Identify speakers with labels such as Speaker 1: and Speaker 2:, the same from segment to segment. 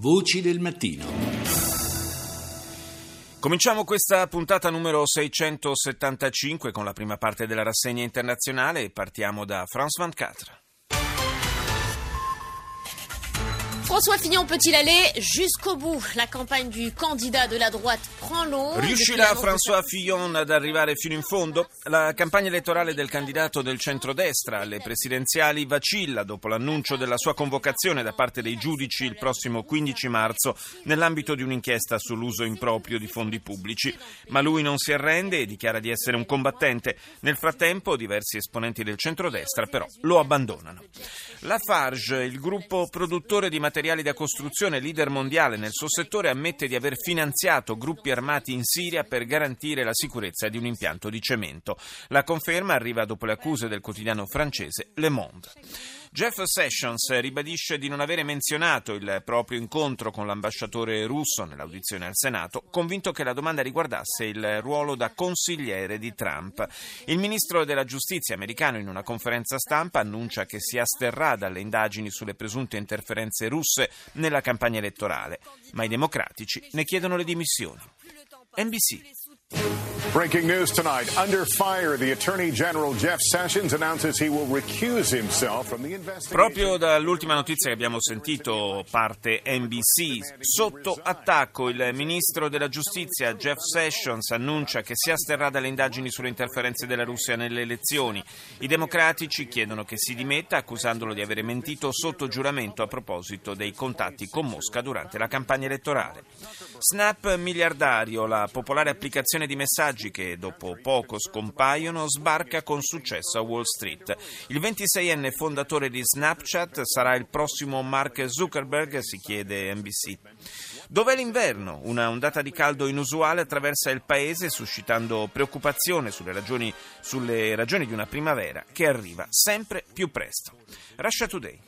Speaker 1: Voci del mattino. Cominciamo questa puntata numero 675 con la prima parte della rassegna internazionale e partiamo da France 24.
Speaker 2: François Fillon peut-il aller jusqu'au bout? La campagne du candidat de la droite prend l'eau.
Speaker 1: Riuscirà François Fillon ad arrivare fino in fondo? La campagna elettorale del candidato del centrodestra alle presidenziali vacilla dopo l'annuncio della sua convocazione da parte dei giudici il prossimo 15 marzo nell'ambito di un'inchiesta sull'uso improprio di fondi pubblici. Ma lui non si arrende e dichiara di essere un combattente. Nel frattempo diversi esponenti del centrodestra però lo abbandonano. Lafarge, il gruppo produttore di materiali da costruzione leader mondiale nel suo settore, ammette di aver finanziato gruppi armati in Siria per garantire la sicurezza di un impianto di cemento. La conferma arriva dopo le accuse del quotidiano francese Le Monde. Jeff Sessions ribadisce di non avere menzionato il proprio incontro con l'ambasciatore russo nell'audizione al Senato, convinto che la domanda riguardasse il ruolo da consigliere di Trump. Il ministro della giustizia americano in una conferenza stampa annuncia che si asterrà dalle indagini sulle presunte interferenze russe nella campagna elettorale, ma i democratici ne chiedono le dimissioni. NBC.
Speaker 3: Breaking news tonight. Under fire, the Attorney General Jeff Sessions announces he will recuse himself from the investigation.
Speaker 1: Proprio dall'ultima notizia che abbiamo sentito parte NBC. Sotto attacco, il ministro della giustizia Jeff Sessions annuncia che si asterrà dalle indagini sulle interferenze della Russia nelle elezioni. I democratici chiedono che si dimetta, accusandolo di avere mentito sotto giuramento a proposito dei contatti con Mosca durante la campagna elettorale. Snap miliardario, la popolare applicazione di messaggi che dopo poco scompaiono, sbarca con successo a Wall Street. Il 26enne fondatore di Snapchat sarà il prossimo Mark Zuckerberg, si chiede NBC. Dov'è l'inverno? Una ondata di caldo inusuale attraversa il paese, suscitando preoccupazione sulle ragioni di una primavera che arriva sempre più presto. Russia Today.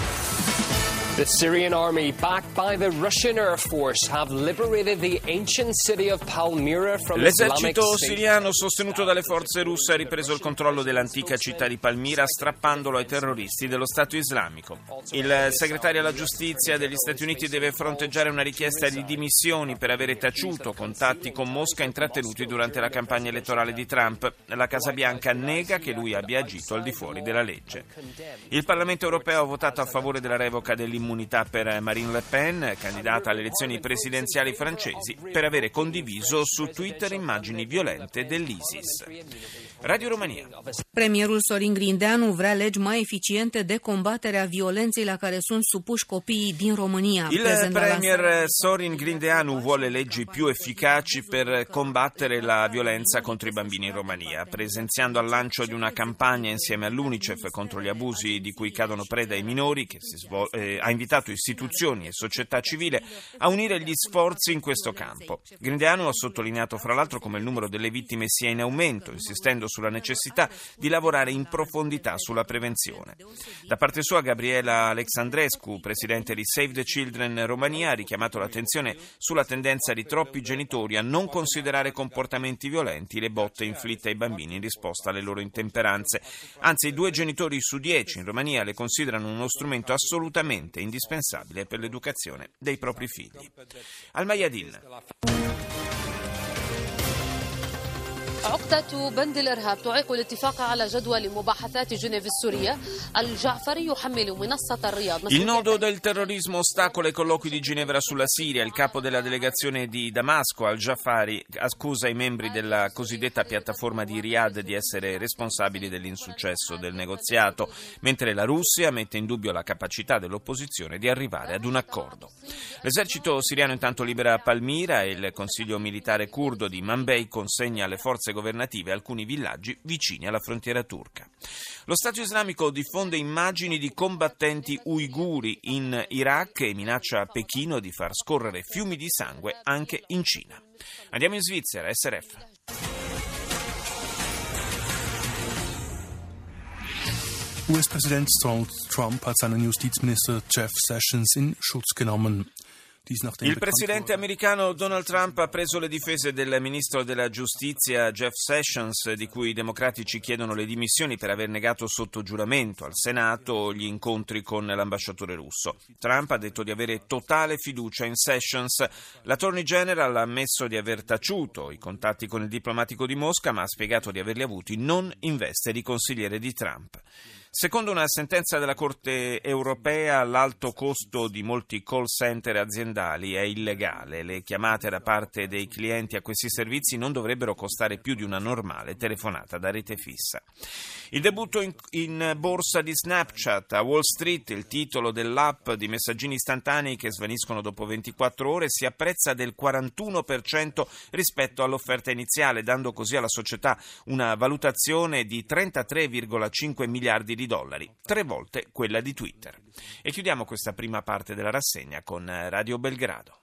Speaker 4: The Syrian army, backed by the Russian Air Force, have liberated the ancient city of Palmyra from
Speaker 1: L'esercito siriano sostenuto dalle forze russe ha ripreso il controllo dell'antica città di Palmira, strappandolo ai terroristi dello Stato islamico. Il segretario alla giustizia degli Stati Uniti deve fronteggiare una richiesta di dimissioni per avere taciuto contatti con Mosca intrattenuti durante la campagna elettorale di Trump. La Casa Bianca nega che lui abbia agito al di fuori della legge. Il Parlamento europeo ha votato a favore della revoca dell'immunità per Marine Le Pen, candidata alle elezioni presidenziali francesi, per avere condiviso su Twitter immagini violente dell'ISIS. Radio Romania.
Speaker 5: Premierul Sorin Grindeanu vrea legi mai eficiente de combatere a violenței la care sunt supuși copiii din România.
Speaker 1: Il premier Sorin Grindeanu vuole leggi più efficaci per combattere la violenza contro i bambini in Romania, presenziando al lancio di una campagna insieme all'UNICEF contro gli abusi di cui cadono preda i minori, che ha invitato istituzioni e società civile a unire gli sforzi in questo campo. Grindeanu ha sottolineato fra l'altro come il numero delle vittime sia in aumento, insistendo sulla necessità di lavorare in profondità sulla prevenzione. Da parte sua Gabriela Alexandrescu, presidente di Save the Children Romania, ha richiamato l'attenzione sulla tendenza di troppi genitori a non considerare comportamenti violenti le botte inflitte ai bambini in risposta alle loro intemperanze. Anzi, 2 genitori su 10 in Romania le considerano uno strumento assolutamente indispensabile per l'educazione dei propri figli. Al-Mayadin.
Speaker 6: عقدة بند الإرهاب تعيق الاتفاق على جدول مباحثات جنيف السورية. الجعفري يحمل منصة الرياض.
Speaker 1: Il nodo del terrorismo ostacola i colloqui di Ginevra sulla Siria. Il capo della delegazione di Damasco, Al-Jafari, accusa i membri della cosiddetta piattaforma di Riyadh di essere responsabili dell'insuccesso del negoziato, mentre la Russia mette in dubbio la capacità dell'opposizione di arrivare ad un accordo. L'esercito siriano intanto libera Palmira e il consiglio militare curdo di Manbij consegna alle forze governative alcuni villaggi vicini alla frontiera turca. Lo Stato islamico diffonde immagini di combattenti uiguri in Iraq e minaccia Pechino di far scorrere fiumi di sangue anche in Cina. Andiamo in Svizzera, SRF.
Speaker 7: US-Präsident Donald Trump hat seinen Justizminister Jeff Sessions in Schutz genommen.
Speaker 1: Il presidente americano Donald Trump ha preso le difese del ministro della giustizia Jeff Sessions, di cui i democratici chiedono le dimissioni per aver negato sotto giuramento al Senato gli incontri con l'ambasciatore russo. Trump ha detto di avere totale fiducia in Sessions. L'Attorney General ha ammesso di aver taciuto i contatti con il diplomatico di Mosca, ma ha spiegato di averli avuti non in veste di consigliere di Trump. Secondo una sentenza della Corte europea, l'alto costo di molti call center aziendali è illegale. Le chiamate da parte dei clienti a questi servizi non dovrebbero costare più di una normale telefonata da rete fissa. Il debutto in borsa di Snapchat a Wall Street, il titolo dell'app di messaggini istantanei che svaniscono dopo 24 ore, si apprezza del 41% rispetto all'offerta iniziale, dando così alla società una valutazione di 33,5 miliardi di dollari, 3 volte quella di Twitter. E chiudiamo questa prima parte della rassegna con Radio Belgrado.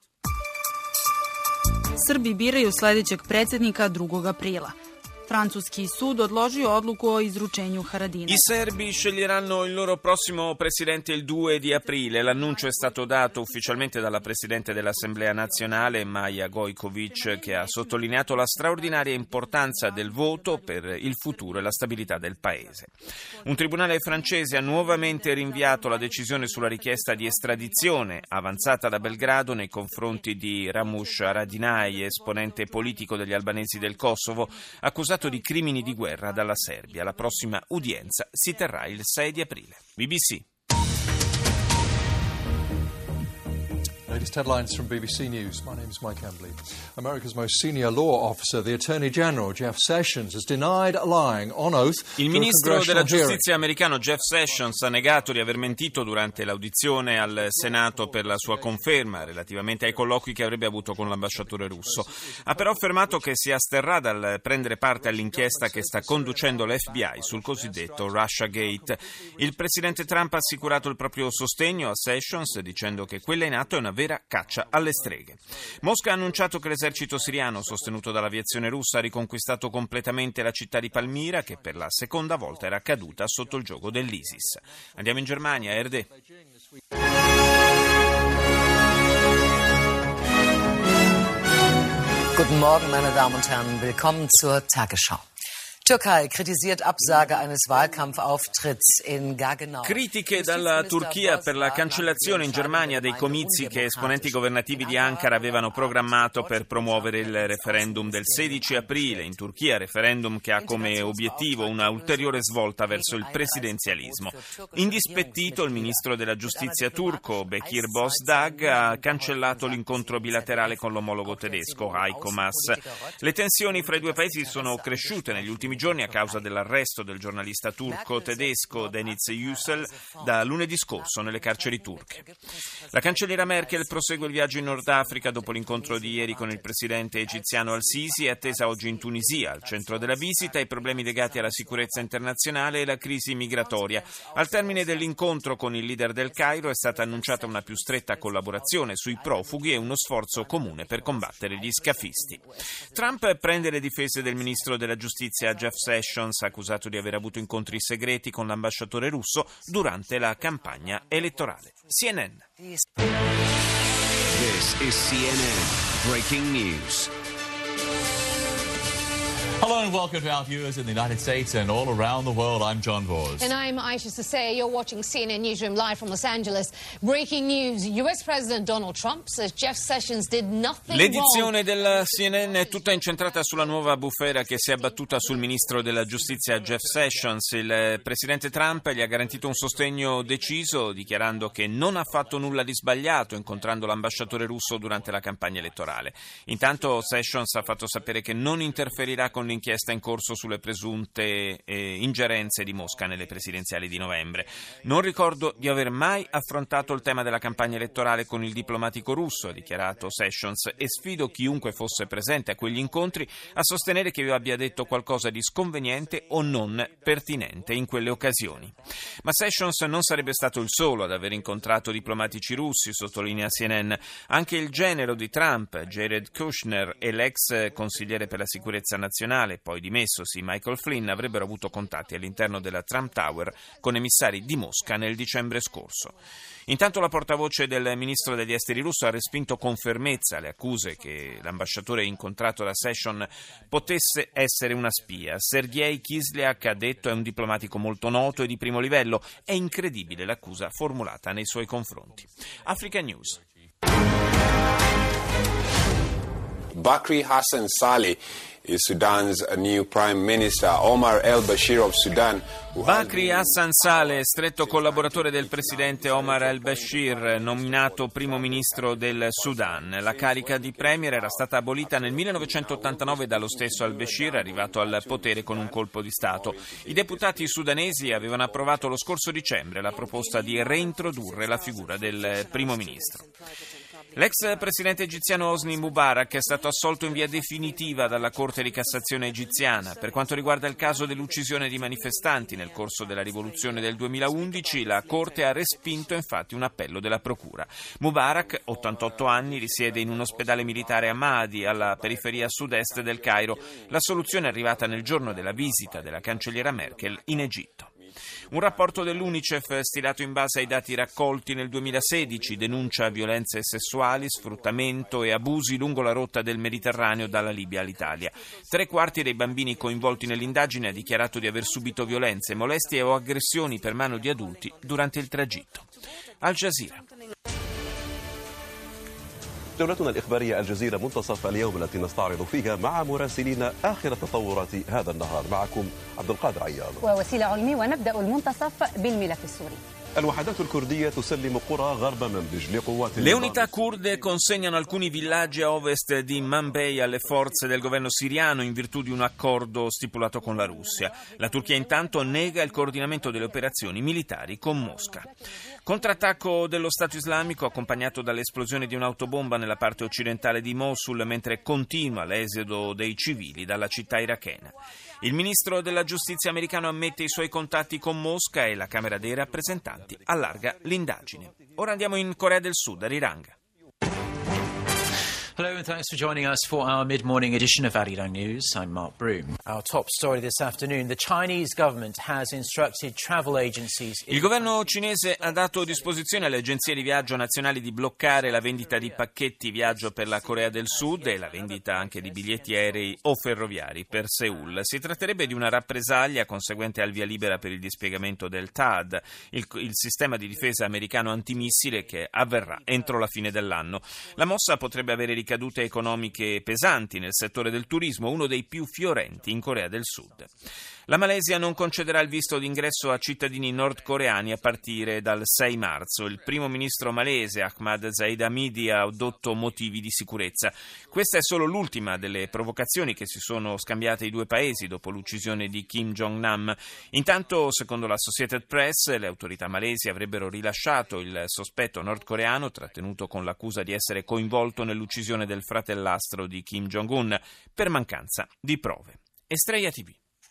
Speaker 7: Srbi biraju sledećeg predsjednika 2. aprila. Francuski sud odložio odluku o izručenju Haradina.
Speaker 1: I serbi sceglieranno il loro prossimo presidente il 2 di aprile. L'annuncio è stato dato ufficialmente dalla presidente dell'Assemblea nazionale, Maja Gojković, che ha sottolineato la straordinaria importanza del voto per il futuro e la stabilità del paese. Un tribunale francese ha nuovamente rinviato la decisione sulla richiesta di estradizione avanzata da Belgrado nei confronti di Ramush Haradinaj, esponente politico degli albanesi del Kosovo, accusato di crimini di guerra dalla Serbia. La prossima udienza si terrà il 6 di aprile. BBC.
Speaker 8: Latest headlines from BBC News. My name is Mike Embley. America's most senior law officer, the Attorney General Jeff Sessions, has denied lying on oath.
Speaker 1: Il ministro della giustizia americano Jeff Sessions ha negato di aver mentito durante l'audizione al Senato per la sua conferma relativamente ai colloqui che avrebbe avuto con l'ambasciatore russo. Ha però affermato che si asterrà dal prendere parte all'inchiesta che sta conducendo l'FBI sul cosiddetto Russiagate. Il presidente Trump ha assicurato il proprio sostegno a Sessions, dicendo che quella in atto è una vera caccia alle streghe. Mosca ha annunciato che l'esercito siriano, sostenuto dall'aviazione russa, ha riconquistato completamente la città di Palmira, che per la seconda volta era caduta sotto il giogo dell'ISIS. Andiamo in Germania, Erde.
Speaker 9: Guten Morgen, meine Damen und Herren. Willkommen zur Tagesschau. Türkei kritisiert Absage eines Wahlkampfauftritts in Gaggenau.
Speaker 1: Critiche dalla Turchia per la cancellazione in Germania dei comizi che esponenti governativi di Ankara avevano programmato per promuovere il referendum del 16 aprile in Turchia, referendum che ha come obiettivo una ulteriore svolta verso il presidenzialismo. Indispettito, il ministro della giustizia turco Bekir Bozdagh ha cancellato l'incontro bilaterale con l'omologo tedesco Heiko Maas. Le tensioni fra i due paesi sono cresciute negli ultimi giorni a causa dell'arresto del giornalista turco-tedesco Deniz Yücel da lunedì scorso nelle carceri turche. La cancelliera Merkel prosegue il viaggio in Nord Africa dopo l'incontro di ieri con il presidente egiziano Al-Sisi, è attesa oggi in Tunisia. Al centro della visita i problemi legati alla sicurezza internazionale e la crisi migratoria. Al termine dell'incontro con il leader del Cairo è stata annunciata una più stretta collaborazione sui profughi e uno sforzo comune per combattere gli scafisti. Trump prende le difese del ministro della giustizia Jeff Sessions, accusato di aver avuto incontri segreti con l'ambasciatore russo durante la campagna elettorale. CNN.
Speaker 10: This is CNN Breaking News.
Speaker 11: Hello and welcome to our viewers in the United States and all around the world. I'm John Vos.
Speaker 12: And I'm Aisha Sasay. You're watching CNN Newsroom live from Los Angeles. Breaking news. US President Donald Trump says Jeff Sessions did nothing
Speaker 1: L'edizione della CNN è tutta incentrata sulla nuova bufera che si è abbattuta sul ministro della giustizia Jeff Sessions. Il presidente Trump gli ha garantito un sostegno deciso, dichiarando che non ha fatto nulla di sbagliato incontrando l'ambasciatore russo durante la campagna elettorale. Intanto Sessions ha fatto sapere che non interferirà con l'inchiesta in corso sulle presunte ingerenze di Mosca nelle presidenziali di novembre. Non ricordo di aver mai affrontato il tema della campagna elettorale con il diplomatico russo, ha dichiarato Sessions, e sfido chiunque fosse presente a quegli incontri a sostenere che io abbia detto qualcosa di sconveniente o non pertinente in quelle occasioni. Ma Sessions non sarebbe stato il solo ad aver incontrato diplomatici russi, sottolinea CNN. Anche il genero di Trump, Jared Kushner, e l'ex consigliere per la sicurezza nazionale internazionale, poi dimessosi Michael Flynn, avrebbero avuto contatti all'interno della Trump Tower con emissari di Mosca nel dicembre scorso. Intanto la portavoce del ministro degli esteri russo ha respinto con fermezza le accuse che l'ambasciatore incontrato da Sessions potesse essere una spia. Sergei Kislyak, ha detto, è un diplomatico molto noto e di primo livello. È incredibile l'accusa formulata nei suoi confronti. Africa News.
Speaker 13: Bakri Hassan Saleh is Sudan's new Prime Minister. Omar al-Bashir of Sudan.
Speaker 1: Bakri Hassan Saleh, stretto collaboratore del presidente Omar al-Bashir, nominato primo ministro del Sudan. La carica di premier era stata abolita nel 1989 dallo stesso al-Bashir, arrivato al potere con un colpo di Stato. I deputati sudanesi avevano approvato lo scorso dicembre la proposta di reintrodurre la figura del primo ministro. L'ex presidente egiziano Hosni Mubarak è stato assolto in via definitiva dalla Corte di Cassazione egiziana. Per quanto riguarda il caso dell'uccisione di manifestanti nel corso della rivoluzione del 2011, la Corte ha respinto infatti un appello della Procura. Mubarak, 88 anni, risiede in un ospedale militare a Mahdi, alla periferia sud-est del Cairo. La soluzione è arrivata nel giorno della visita della cancelliera Merkel in Egitto. Un rapporto dell'UNICEF stilato in base ai dati raccolti nel 2016 denuncia violenze sessuali, sfruttamento e abusi lungo la rotta del Mediterraneo dalla Libia all'Italia. 3/4 dei bambini coinvolti nell'indagine ha dichiarato di aver subito violenze, molestie o aggressioni per mano di adulti durante il tragitto. Al Jazeera.
Speaker 14: جولتنا الإخبارية الجزيرة منتصف اليوم التي نستعرض فيها مع مراسلين آخر تطورات هذا النهار. معكم عبد القادر عياض
Speaker 15: ووسيلة علمي، ونبدأ المنتصف بالملف السوري.
Speaker 14: الوحدات الكردية تسلم قرى غرب منبج لقوات.
Speaker 1: Le unità kurde consegnano alcuni villaggi a ovest di Manbij alle forze del governo siriano in virtù di un accordo stipulato con la Russia. La Turchia intanto nega il coordinamento delle operazioni militari con Mosca. Contrattacco dello Stato islamico accompagnato dall'esplosione di un'autobomba nella parte occidentale di Mosul mentre continua l'esodo dei civili dalla città irachena. Il ministro della giustizia americano ammette i suoi contatti con Mosca e la Camera dei rappresentanti allarga l'indagine. Ora andiamo in Corea del Sud, a Riranga.
Speaker 16: Hello and thanks for joining us for our mid-morning edition of Arirang News. I'm Mark Broom. Our top story this afternoon, the Chinese government has instructed travel agencies...
Speaker 1: Il governo cinese ha dato a disposizione alle agenzie di viaggio nazionali di bloccare la vendita di pacchetti viaggio per la Corea del Sud e la vendita anche di biglietti aerei o ferroviari per Seul. Si tratterebbe di una rappresaglia conseguente al via libera per il dispiegamento del THAAD, il sistema di difesa americano antimissile che avverrà entro la fine dell'anno. La mossa potrebbe avere ricadute economiche pesanti nel settore del turismo, uno dei più fiorenti in Corea del Sud. La Malesia non concederà il visto d'ingresso a cittadini nordcoreani a partire dal 6 marzo. Il primo ministro malese Ahmad Zaid Hamidi ha addotto motivi di sicurezza. Questa è solo l'ultima delle provocazioni che si sono scambiate i due paesi dopo l'uccisione di Kim Jong-nam. Intanto, secondo l'Associated Press, le autorità malesi avrebbero rilasciato il sospetto nordcoreano trattenuto con l'accusa di essere coinvolto nell'uccisione del fratellastro di Kim Jong-un per mancanza di prove. Estrella TV.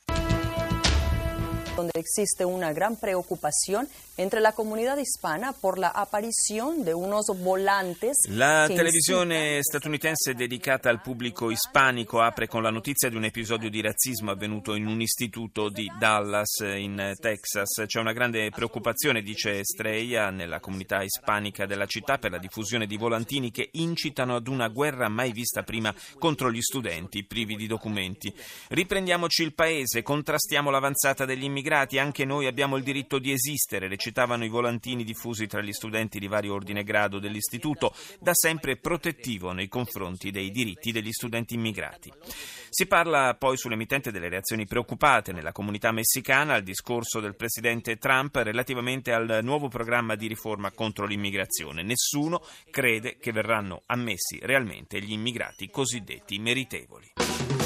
Speaker 17: Donde existe una gran preocupación entre la comunidad hispana por la aparición de unos volantes.
Speaker 1: La televisione statunitense dedicata al pubblico ispanico apre con la notizia di un episodio di razzismo avvenuto in un istituto di Dallas, in Texas. C'è una grande preoccupazione, dice Estrella, nella comunità ispanica della città per la diffusione di volantini che incitano ad una guerra mai vista prima contro gli studenti privi di documenti. Riprendiamoci il paese, contrastiamo l'avanzata degli immigrati, anche noi abbiamo il diritto di esistere, recitavano i volantini diffusi tra gli studenti di vario ordine e grado dell'istituto, da sempre protettivo nei confronti dei diritti degli studenti immigrati. Si parla poi sull'emittente delle reazioni preoccupate nella comunità messicana al discorso del presidente Trump relativamente al nuovo programma di riforma contro l'immigrazione. Nessuno crede che verranno ammessi realmente gli immigrati cosiddetti meritevoli.